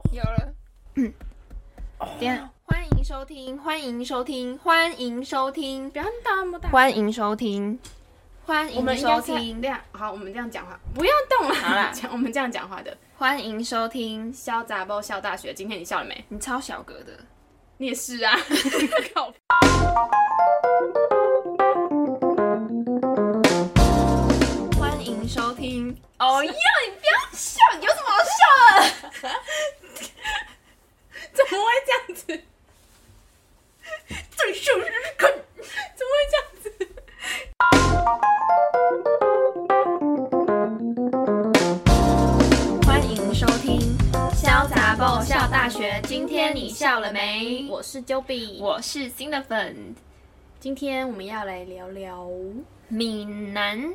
有了。等一下，欢迎收听，欢迎收听，欢迎收听， 不要那么大， 欢迎收听，欢迎收听。 好，我们这样讲话，不要动了。好啦，我们这样讲话的。 欢迎收听笑杂报笑大学，今天你笑了没？ 你超小格的， 你也是啊。靠。 欢迎收听。哦哟，你不要笑，有什么好笑的？ 怎么会这样子？ 最秀是看， 怎么会这样子？ 欢迎收听笑杂报笑大学，今天你笑了没？ 我是 Joby， 我是新的粉。 今天我们要来聊聊闽南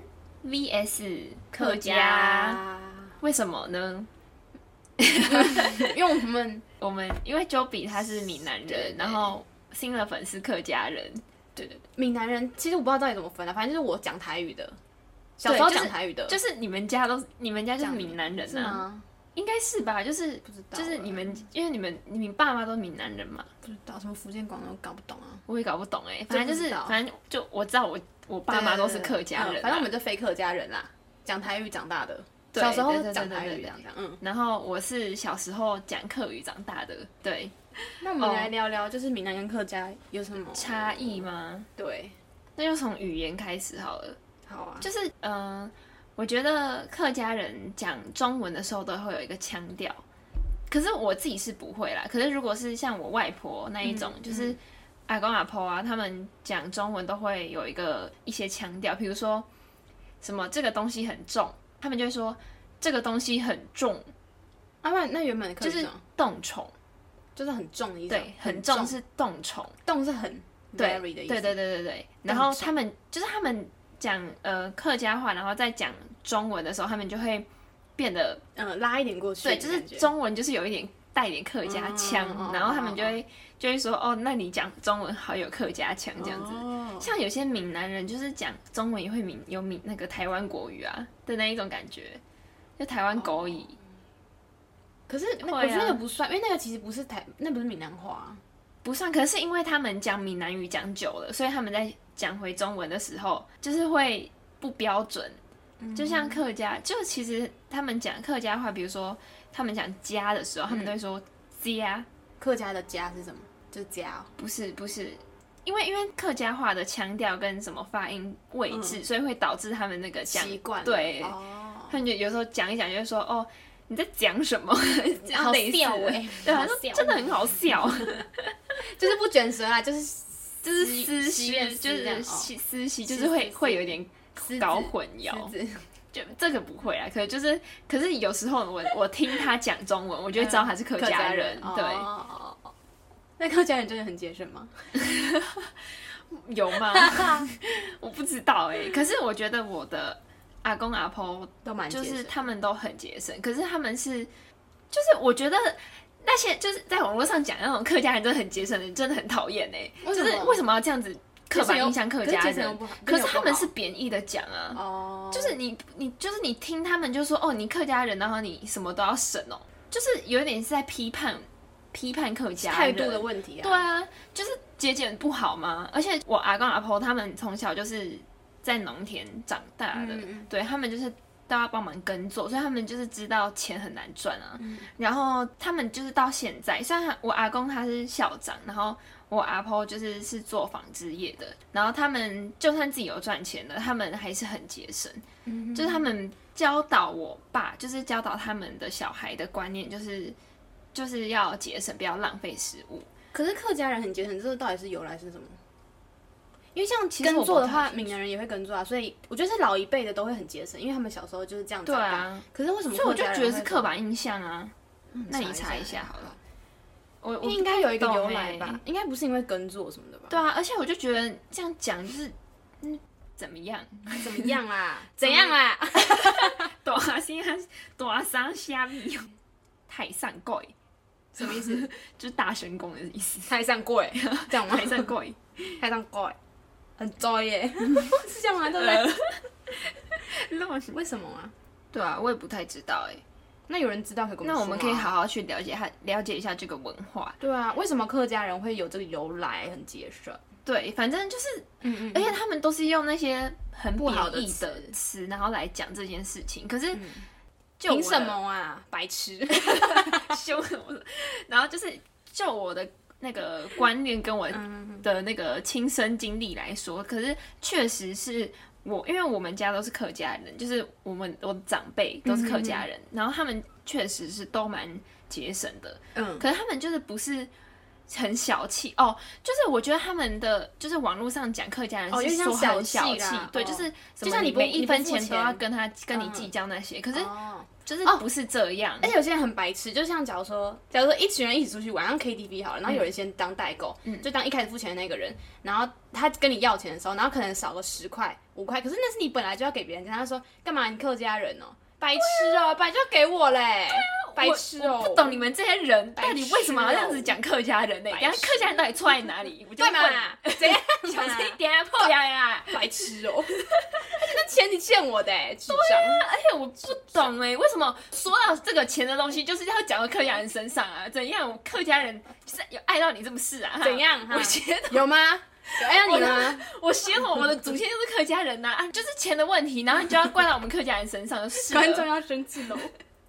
vs 客家，为什么呢？ 因为我们因为 Joby 他是闽南人，对然后新的粉是客家人，对， 闽南人其实我不知道到底怎么分啊，反正就是我讲台语的，小时候讲台语的， 就是你们家就是闽南人啊？应该是吧？就是不知道， 就是你们，因为你爸妈都闽南人嘛， 不知道什么福建广东搞不懂啊， 我也搞不懂反正就我知道我爸妈都是客家人， 反正我们就非客家人啦，讲台语长大的。小时候讲台语这样， 然后我是小时候讲客语长大的，对。 那我们来聊聊，就是闽南跟客家有什么差异吗？ 对， 那就从语言开始好了。 好啊， 就是我觉得客家人讲中文的时候都会有一个腔调，可是我自己是不会啦。可是如果是像我外婆那一种，就是阿公阿婆啊，他们讲中文都会有一些腔调，比如说什么这个东西很重。他们就会说这个东西很重， 那原本的客就是动重， 就是很重的意思。对， 很重是动重， 动是很 very 的意思。 对。然后他们讲客家话，然后再讲中文的时候，他们就会变得拉一点过去。 对，就是中文就是有一点带一点客家腔，然后他们就会说哦，那你讲中文好有客家腔这样子。像有些闽南人就是讲中文也会有那个台湾国语啊的那一种感觉，就台湾国语。 可是我觉得那个不算，因为那个其实不是那不是闽南话， 不算。可是因为他们讲闽南语讲久了，所以他们在讲回中文的时候，就是会不标准。就像客家，就其实他们讲客家话，比如说他们讲家的时候，他们都会说家。 客家的家是什么？就是家哦。 不是，因为客家话的腔调跟什么发音位置，所以会导致他们那个习惯。 对，他们就有时候讲一讲，就会说哦，你在讲什么？ 好笑对， 他说真的很好笑， 就是不卷舌啦，就是思绪，就是思绪，就是会有一点搞混淆。就这个不会啊，可是有时候我听他讲中文，我就会知道他是客家人。对。 那客家人真的很节省吗？ 有吗？我不知道可是我觉得我的阿公阿婆都蛮节省， 就是他们都很节省。可是他们就是我觉得那些就是在网络上讲那种客家人真的很节省的人，真的很讨厌就是为什么要这样子刻板印象客家人？可是他们是贬义的讲啊。就是你就是你听他们就说哦，你客家人，然后你什么都要省哦，就是有点是在批判客家人态度的问题啊。 对啊，就是节俭不好吗？而且我阿公阿婆他们从小就是在农田长大的，对，他们就是都要帮忙耕作，所以他们就是知道钱很难赚啊。然后他们就是到现在，虽然我阿公他是校长，然后我阿婆是做纺织业的，然后他们就算自己有赚钱了，他们还是很节省。就是他们教导我爸，就是教导他们的小孩的观念，就是要节省，不要浪费食物。 可是客家人很节省，这个到底是由来是什么？因为像其实耕作的话，闽南人也会耕作啊，所以我觉得是老一辈的都会很节省，因为他们小时候就是这样长大。对啊。可是为什么？ 所以我就觉得是刻板印象啊。那你查一下好了。我应该有一个由来吧？应该不是因为耕作什么的吧？ 对啊，而且我就觉得这样讲就是怎么样？ 怎么样啦？怎样啦？ 大山虾米，太上贵， 什么意思？ 就是大神功的意思。 太上贵，这样吗？ 太上贵， 太上贵，很拽耶，是这样吗？对不对？为什么啊？ 对啊，我也不太知道那有人知道可以跟我们说吗？ 那我们可以好好去了解一下这个文化。 对啊，为什么客家人会有这个由来，很节省。 对，反正就是，而且他们都是用那些很不好的词，然后来讲这件事情。可是， 凭什么啊？白痴， 凶什么？然后就我的那个观念跟我的那个亲身经历来说，可是确实是因为我们家都是客家人，就是我的长辈都是客家人，然后他们确实是都蛮节省的。可是他们就是不是。很小气哦，就是我觉得他们的就是网络上讲客家人是说很小气，对，就是就像你每一分钱都要跟你计较那些，可是就是不是这样。 而且有些人很白痴，就像假如说一群人一起出去玩，像 KTV 好了，然后有人先当代购，就当一开始付钱的那个人，然后他跟你要钱的时候，然后可能少个10块5块，可是那是你本来就要给别人，他说干嘛你客家人哦，白痴哦，本来就要给我嘞。白痴哦！ 我不懂你们这些人到底为什么要这样子讲客家人呢？等下客家人到底错在哪里？我就问， 怎样？ 小声一点啊，破牙呀！ 白痴哦！而且那钱你欠我的智障。 对啊，而且我不懂为什么说到这个钱的东西，就是要讲到客家人身上啊？怎样？我客家人就是有爱到你这么事啊？ 怎样？ 我觉得有吗？有爱到你吗？ 我血统，我的祖先就是客家人呐，就是钱的问题，然后你就要怪到我们客家人身上，就是观众要生气喽。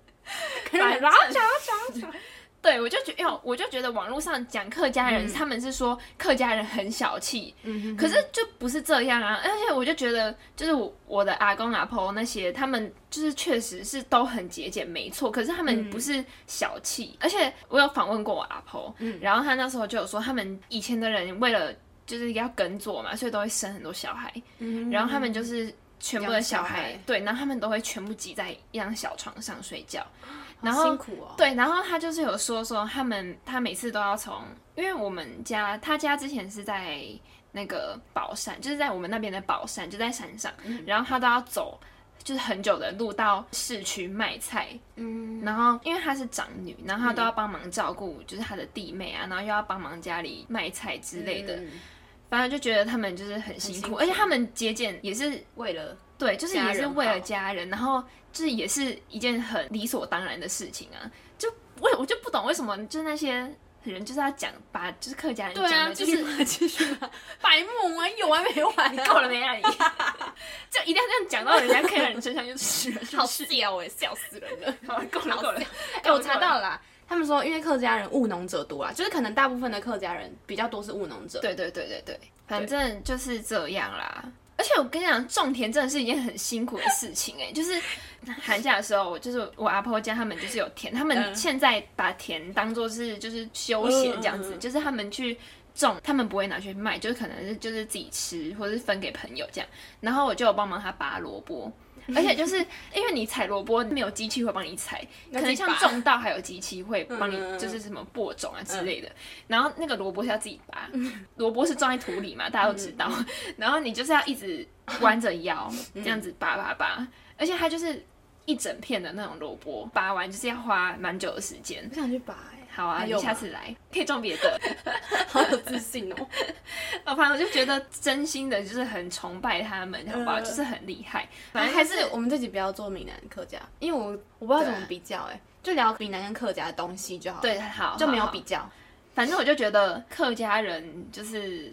对，我就觉得网络上讲客家人，他们是说客家人很小气，可是就不是这样啊。而且我就觉得，就是我的阿公阿婆那些，他们就是确实是都很节俭，没错。可是他们不是小气，而且我有访问过我阿婆，然后他那时候就有说，他们以前的人为了就是要耕作嘛，所以都会生很多小孩，然后他们就是全部的小孩，对，然后他们都会全部挤在一张小床上睡觉，然后辛苦哦。 对，然后他就是有说他每次都要因为我们家他家之前是在那个宝山，就是在我们那边的宝山，就在山上，然后他都要走就是很久的路到市区卖菜，然后因为她是长女，然后她都要帮忙照顾就是她的弟妹啊，然后又要帮忙家里卖菜之类的。反正就觉得他们就是很辛苦，而且他们节俭也是为了对，就是也是为了家人，然后就是也是一件很理所当然的事情啊。我就不懂为什么就是那些人就是要把就是客家人讲的就是继续吧，白目啊，有完没完？ 你够了没啊你？就一定要这样讲到人家客家人身上就是好笑哎，笑死人了。 好了，够了。 我查到了啦。他们说，因为客家人务农者多啊，就是可能大部分的客家人比较多是务农者。 对，反正就是这样啦。而且我跟你讲，种田真的是一件很辛苦的事情就是寒假的时候，就是我阿婆家他们就是有田，他们现在把田当作是就是休闲这样子，就是他们去种，他们不会拿去卖，就是可能是就是自己吃或者是分给朋友这样。然后我就有帮忙他拔萝卜。而且就是因为你采萝卜没有机器会帮你采，可能像种稻还有机器会帮你，就是什么播种啊之类的。然后那个萝卜是要自己拔，萝卜是种在土里嘛，大家都知道。然后你就是要一直弯着腰这样子拔，而且它就是一整片的那种萝卜，拔完就是要花蛮久的时间。 我想去拔好啊，你下次来可以种别的。 好有自信哦！ 反正我就觉得真心的就是很崇拜他们，好不好？就是很厉害。反正还是我们这集不要做闽南客家，因为我不知道怎么比较就聊闽南跟客家的东西就好。 对，好， 就没有比较。 反正我就觉得客家人就是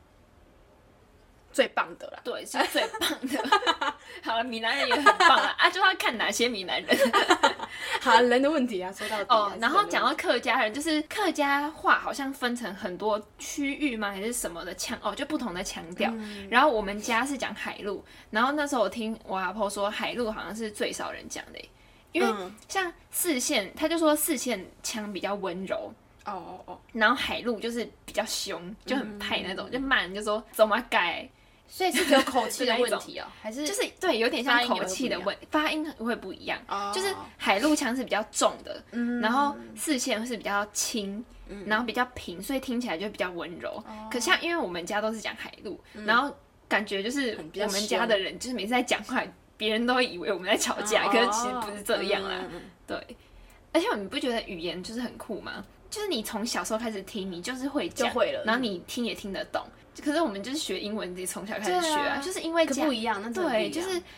最棒的啦， 对，是最棒的。好了，闽南人也很棒啊，就要看哪些闽南人。 好，人的问题啊，说到底然后讲到客家人，就是客家话好像分成很多区域吗？还是什么的就不同的腔调。然后我们家是讲海陆，然后那时候我听我阿婆说，海陆好像是最少人讲的，因为像四线，他就说四线腔比较温柔。然后海陆就是比较凶，就很派那种，就骂人就说怎么改。 所以是只有口气的问题还是就是对，有点像口气的发音会不一样。就是海陆腔是比较重的，然后四线是比较轻，然后比较平，所以听起来就比较温柔。可像因为我们家都是讲海陆，然后感觉就是我们家的人就是每次在讲话，别人都会以为我们在吵架，可是其实不是这样啦。对，而且你不觉得语言就是很酷吗？就是你从小时候开始听，你就是会讲， 就会了， 然后你听也听得懂。可是我们就是学英文，自己从小开始学就是因为不一样，那对， 就是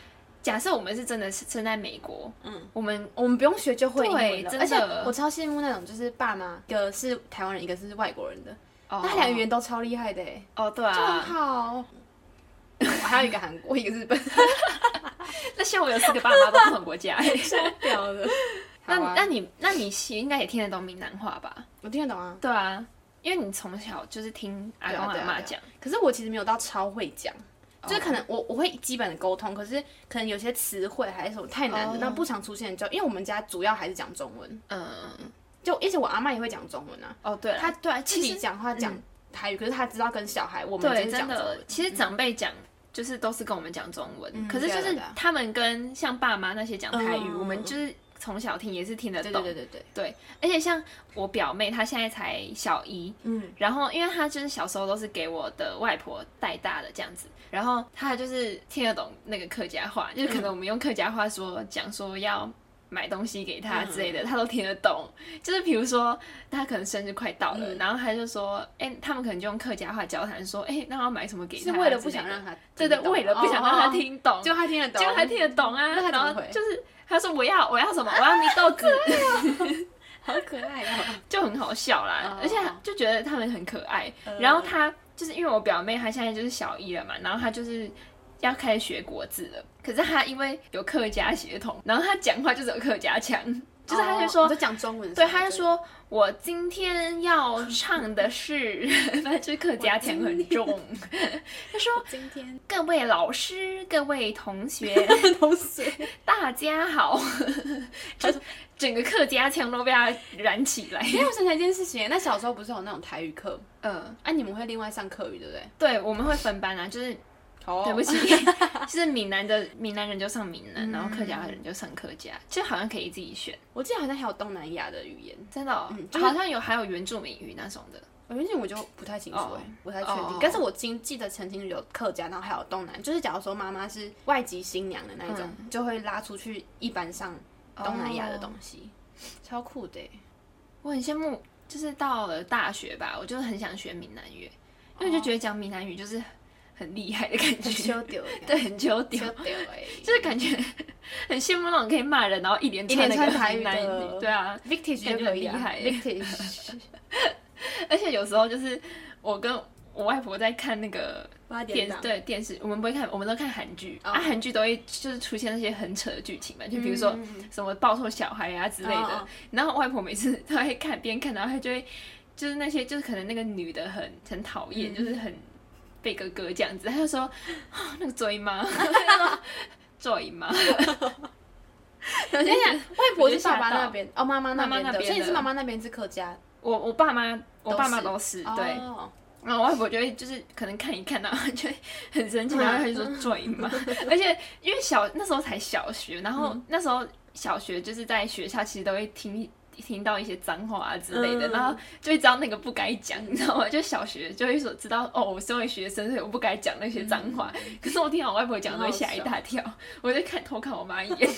假设我们是真的是生在美国，我们不用学就会英文了， 对， 而且我超羡慕那种就是爸妈一个是台湾人，一个是外国人的，那两个语言都超厉害的哦，对啊， 就很好。我还有一个韩国，一个日本。 那像我有4个爸妈都不同国家， 超屌的。 那你应该也听得懂闽南话吧？ 我听得懂啊。 对啊，因为你从小就是听阿公阿嬷讲。 可是我其实没有到超会讲，就是可能我会基本的沟通，可是可能有些词汇还是什么太难的，那不常出现就因为我们家主要还是讲中文。就而且我阿嬷也会讲中文啊。 哦，对，她对自己讲话讲台语，可是她知道跟小孩我们就是讲中文。 其实长辈讲。就是都是跟我们讲中文，可是就是他们跟像爸妈那些讲台语，我们就是从小听也是听得懂。对，而且像我表妹，她现在才小1，然后因为她就是小时候都是给我的外婆带大的这样子，然后她就是听得懂那个客家话，就是可能我们用客家话讲说要买东西给他之类的，他都听得懂。就是比如说他可能生日快到了，然后他就说，他们可能就用客家话交谈说，那我要买什么给他， 是为了不想让他对，为了不想让他听懂， 就他听得懂， 就他听得懂啊。 那他怎么回？ 就是他说我要什么，我要米豆子， 好可爱哦， 就很好笑啦。而且就觉得他们很可爱。然后他就是因为我表妹她现在就是小1了嘛，然后她就是要开始学国字了，可是他因为有客家血统，然后他讲话就是有客家腔，就是他就说， 就讲中文， 对，他就说我今天要唱的是，反正就是客家腔很重。他说今天各位老师、各位同学、大家好，就整个客家腔都被他燃起来。 因为我想起来一件事情，那小时候不是有那种台语课，你们会另外上客语对不对？ 对，我们会分班啊，就是。对不起，就是闽南人就上闽南，然后客家的人就上客家，就好像可以自己选。 我记得好像还有东南亚的语言， 真的，好像还有原住民语那种的。 原住民我就不太清楚不太确定。但是我记得曾经有客家，然后还有东南，就是假如说妈妈是外籍新娘的那一种，就会拉出去一般上东南亚的东西，超酷的。 我很羡慕，就是到了大学吧，我就很想学闽南语，因为就觉得讲闽南语就是很厉害的感觉， 很秋丢， 对，很秋丢，就是感觉很羡慕那种可以骂人，然后一连串那个台语的，对啊 ，Vintage 就可以啊 ，Vintage。而且有时候就是我跟我外婆在看那个电视，我们不会看，我们都看韩剧韩剧都会就是出现那些很扯的剧情嘛，就比如说什么抱错小孩啊之类的，然后外婆每次都会看边看，然后她就会就是那些就是可能那个女的很讨厌，就是很。贝哥哥这样子，他就说那个追妈，追妈。 等一下，外婆是爸爸那边妈妈那边的，所以是妈妈那边是客家。 我爸妈都是对，然后我外婆就会就是可能看一看，然后就会很生气，然后他就说追妈。而且因为那时候才小学，然后那时候小学就是在学校其实都会听到一些脏话啊之类的，然后就会知道那个不该讲，你知道吗？就小学就会知道我身为学生，所以我不该讲那些脏话。可是我听到我外婆讲，都会吓一大跳，我就偷看我妈一眼。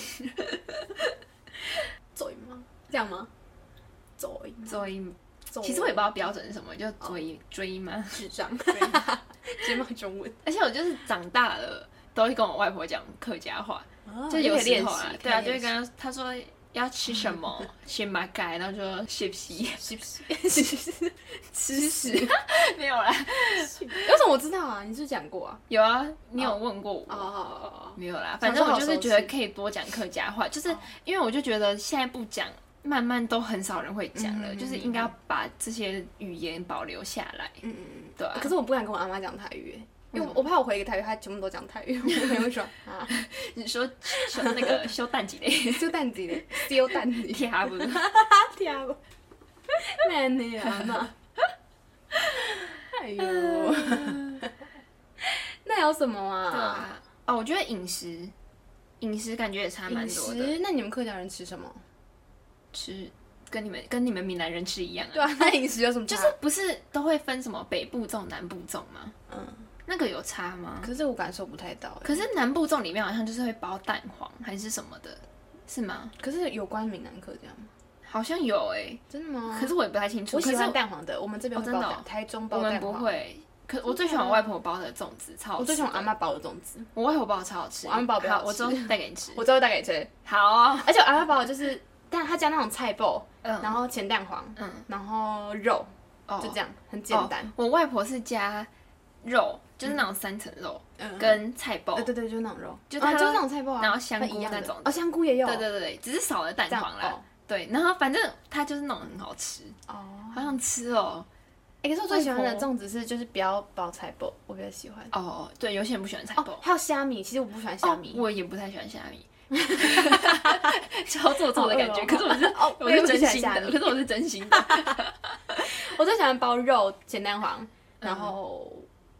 追吗？这样吗？ 追，其实我也不知道标准是什么，就追吗？ 智障，直骂中文。 而且我就是长大了，都会跟我外婆讲客家话，就有时候啊，对啊，就会跟她说。要吃什么？吃马盖，然后说吃屁，吃屎，没有啦。 为什么我知道啊？你是不是讲过啊？ 有啊，你有问过我。没有啦，反正我就是觉得可以多讲客家话，就是因为我就觉得现在不讲，慢慢都很少人会讲了，就是应该要把这些语言保留下来。对啊。 可是我不敢跟我阿妈讲台语。因为我怕我回一个台语，他全部都讲台语，我可能会说啊， 你说那个修蛋子嘞， 修蛋子嘞，修蛋子， 听不， 听不，难的啊嘛，哎呦，那还有什么啊？ 对啊，我觉得饮食感觉也差蛮多的。 那你们客家人吃什么？ 吃跟你们闽南人吃一样啊？ 对啊，那饮食有什么差？ 就是不是都会分什么北部粽、南部粽吗？那个有差吗？ 可是我感受不太到。 可是南部粽里面好像就是会包蛋黄还是什么的，是吗？ 可是有关闽南客家吗？ 好像有真的吗？ 可是我也不太清楚。 我喜欢蛋黄的，我们这边会包蛋，台中包蛋黄。 我们不会， 可我最喜欢我外婆包的粽子，超好吃。 我最喜欢我阿嬷包的粽子， 我外婆包的超好吃。 我阿嬷包比较好吃， 我之后带给你吃。 我之后带给你吃。 好啊。 而且我阿嬷包的就是，但她加那种菜包，然后咸蛋黄，然后肉，就这样，很简单。 我外婆是加肉，就是那种3层肉，跟菜包。 对，就是那种肉， 就是那种菜包啊。 然后香菇那种。 哦，香菇也有。 对，只是少了蛋黄啦。对，然后反正它就是那种很好吃。好想吃哦。 可是我最喜欢的粽子是就是不要包菜包，我比较喜欢。 对，有些人不喜欢菜包。 还有虾米，其实我不喜欢虾米。 我也不太喜欢虾米。超做作的感觉，可是我是真心的，可是我是真心的。 我最喜欢包肉、咸蛋黄，然后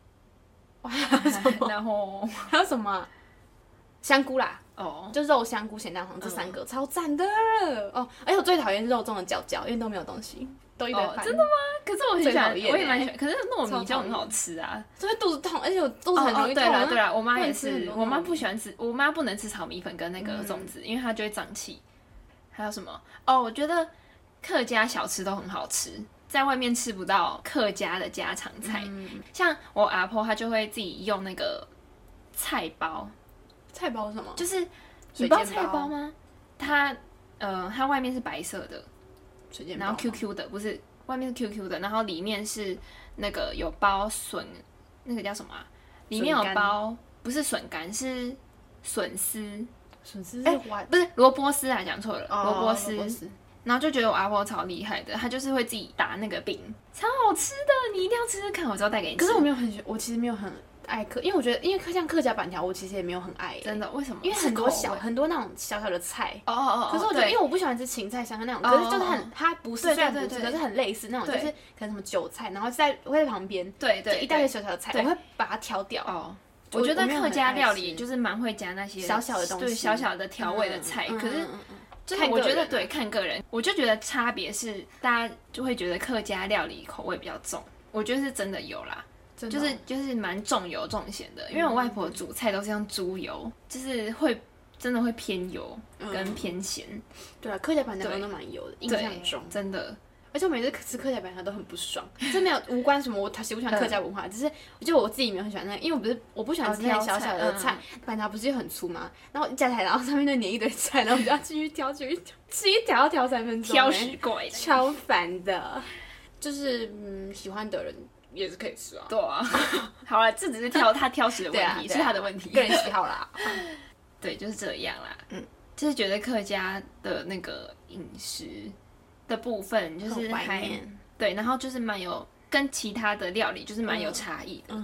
然后还有什么？香菇啦。就肉、香菇、咸蛋黄这3个超赞的而且我最讨厌肉粽的角角，因为都没有东西。都一堆饭。 真的吗？可是我很喜欢，我也蛮喜欢。可是糯米就很好吃啊， 就会肚子痛，而且我肚子很容易痛。 对啦，我妈也是，我妈不喜欢吃，我妈不能吃炒米粉跟那个粽子，因为她就会胀气。还有什么？我觉得客家小吃都很好吃，在外面吃不到客家的家常菜。像我阿婆，她就会自己用那个菜包。 菜包是什么？ 就是你不知道菜包吗？它外面是白色的。然后 QQ 的，不是外面是 QQ 的，然后里面是那个有包笋，那个叫什么啊？里面有包不是笋干，是笋丝。 笋丝是不是萝卜丝啊，讲错了，萝卜丝。然后就觉得我阿婆超厉害的，她就是会自己打那个饼，超好吃的，你一定要吃吃看，我之后带给你吃。 可是我没有很喜欢，我其实没有很爱因为我觉得，因为像客家板条，我其实也没有很爱。 真的？为什么？ 因为很多那种小小的菜。可是我觉得，因为我不喜欢吃芹菜香那种，可是就是它不是，虽然不是，可是很类似那种，就是可能什么韭菜，然后会在旁边， 对， 就一大堆小小的菜，我会把它挑掉。 我觉得客家料理就是蛮会加那些小小的东西， 对，小小的调味的菜。可是，就是我觉得对，看个人，我就觉得差别是大家就会觉得客家料理口味比较重，我觉得是真的有啦。就是蛮重油重咸的，因为我外婆煮菜都是用猪油，就是真的会偏油跟偏咸。对啊， 客家板条都蛮油的，印象中真的。 而且我每次吃客家板条都很不爽，这没有无关什么我喜不喜欢客家文化，只是我自己没有很喜欢那个，因为我不喜欢吃那些小小的菜，板条不是就很粗吗？然后夹起来，然后上面就粘一堆菜，然后我就要继续挑，吃一条要挑3分钟， 挑食鬼， 超烦的。就是喜欢的人。也是可以吃啊。 对啊，好了，这只是他挑食的问题，是他的问题， 个人喜好啦。 对，就是这样啦。就是觉得客家的那个饮食的部分，就是对，然后就是蛮有跟其他的料理就是蛮有差异的。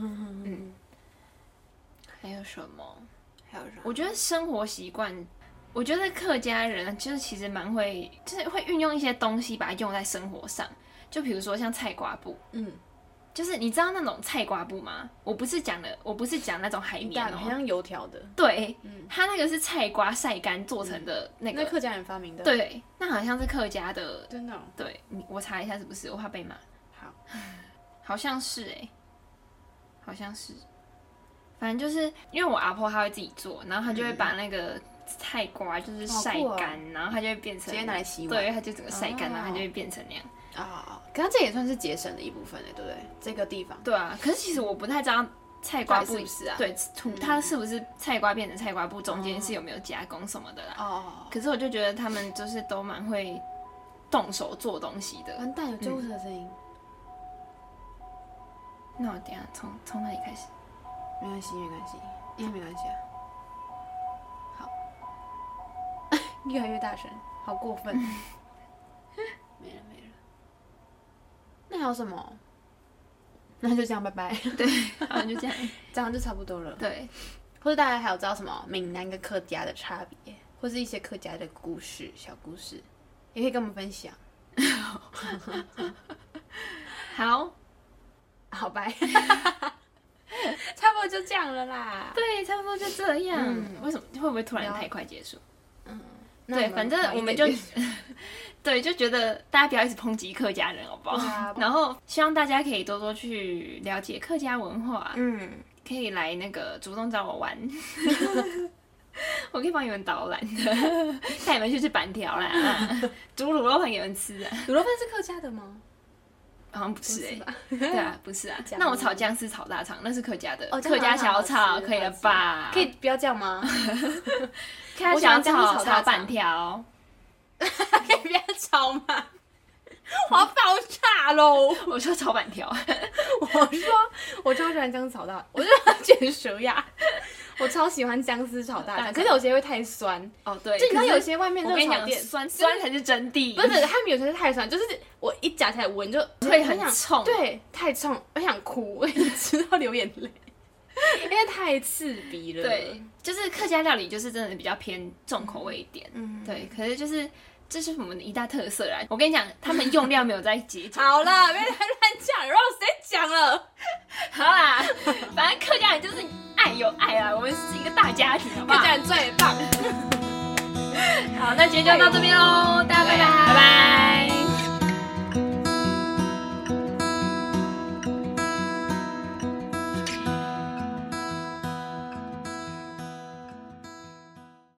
还有什么？我觉得生活习惯，我觉得客家人就是其实蛮会，就是会运用一些东西把它用在生活上，就比如说像菜瓜布。就是你知道那种菜瓜布吗？我不是讲那种海绵很像油条的。 对，它那个是菜瓜晒干做成的那个。 那客家人发明的。 对，那好像是客家的。 真的。 对，我查一下是不是，我怕被骂。 好， 好像是好像是。反正就是因为我阿婆她会自己做，然后她就会把那个菜瓜就是晒干，然后它就会变成直接拿来洗碗。 对，它就整个晒干，然后它就会变成那样。 可是这也算是节省的一部分对不对？这个地方。 对啊，可是其实我不太知道菜瓜布是不是啊？ 对，它是不是菜瓜变成菜瓜布中间是有没有加工什么的啦？可是我就觉得他们就是都蛮会动手做东西的。 完蛋，有救护车的声音。 那我等一下从哪里开始？ 没关系，应该没关系啊。好，越来越大声，好过分。没了。那还有什么？那就这样，拜拜。 对，好像就这样， 这样就差不多了。 对， 或者大家还有知道什么闽南跟客家的差别，或是一些客家的故事、小故事，也可以跟我们分享。好，拜。差不多就这样了啦。 对，差不多就这样。为什么会不会突然太快结束？对，反正我们就对，就觉得大家不要一直抨击客家人，好不好？然后希望大家可以多多去了解客家文化，可以来那个主动找我玩，我可以帮你们导览的，带你们去吃板条啦，煮卤肉饭给你们吃啊。 卤肉饭是客家的吗？ 好像不是吧对啊，不是啊。那我炒姜丝炒大肠，那是客家的，客家小炒，可以了吧？ 可以不要这样吗？ 客家小炒炒板条， 可以不要炒吗？我要爆炸喽！ 我说炒板条， 我超喜欢姜丝炒大，我就要剪舌牙。我超喜欢姜丝炒大肠，可是有些会太酸哦。对， 就你看有些外面热炒店酸才是真谛。 不是，他们有些是太酸，就是我一夹起来闻就会很冲， 对，太冲，我想哭，我吃到流眼泪，因为太刺鼻了。 对，就是客家料理就是真的比较偏重口味一点。对，可是就是这是我们的一大特色啦。我跟你讲，他们用料没有在节俭。 好了，别再乱讲，让谁讲了？ 好啦，反正客家人就是爱有爱啦，我们是一个大家庭，好不好？ 客家人最棒。 好，那今天就到这边喽，大家拜拜。